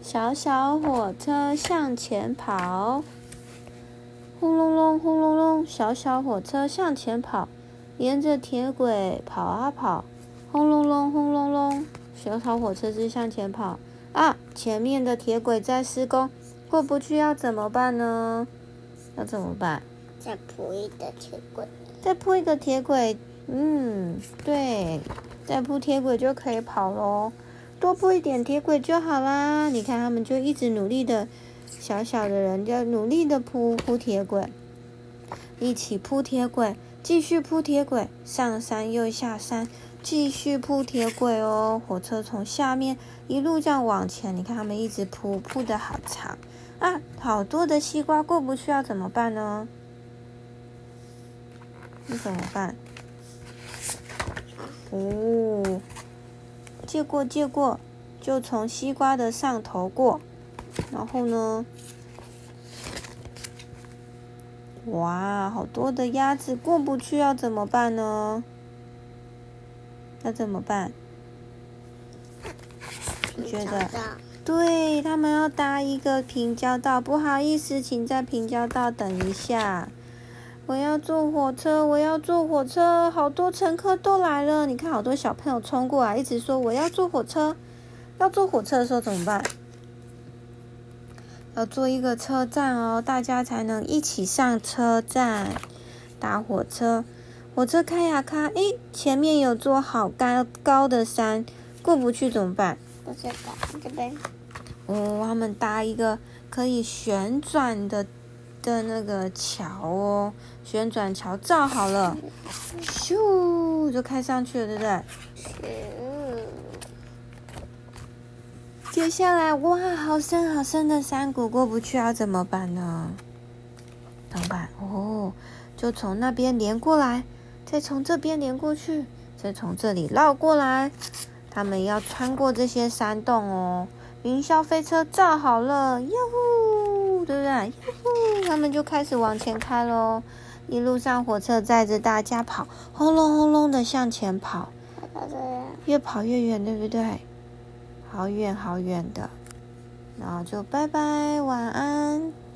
小小火车向前跑，轰隆隆，轰隆隆，小小火车向前跑，沿着铁轨跑啊跑，轰隆隆，轰隆隆，小小火车是向前跑啊！前面的铁轨在施工，过不去要怎么办呢？要怎么办？ 再铺一个铁轨。 再铺一个铁轨，对，再铺铁轨就可以跑咯。多铺一点铁轨就好啦。你看他们就一直努力的，小小的人就努力的铺铁轨，一起铺铁轨，继续铺铁轨，上山又下山，继续铺铁轨哦。火车从下面一路这样往前，你看他们一直铺得好长啊！好多的西瓜过不去要怎么办呢？那怎么办？借过，就从西瓜的上头过，然后呢，哇，好多的鸭子过不去要怎么办呢？要怎么办？你觉得？对，他们要搭一个平交道，不好意思，请在平交道等一下。我要坐火车，好多乘客都来了。你看，好多小朋友冲过来，一直说我要坐火车。要坐火车的时候怎么办？要做一个车站哦，大家才能一起上车站搭火车。火车开呀开，前面有座好高的山，过不去怎么办？ 不知道，这边。 他们搭一个可以旋转的那个桥哦，旋转桥造好了，咻就开上去了，对不对？接下来，哇，好深好深的山谷，过不去要怎么办呢？怎么办？就从那边连过来，再从这边连过去，再从这里绕过来。他们要穿过这些山洞哦。云霄飞车造好了，哟呼，对不对？哟呼，他们就开始往前开咯。一路上火车载着大家跑，轰隆轰隆的向前跑，越跑越远，对不对？好远好远的，然后就拜拜，晚安。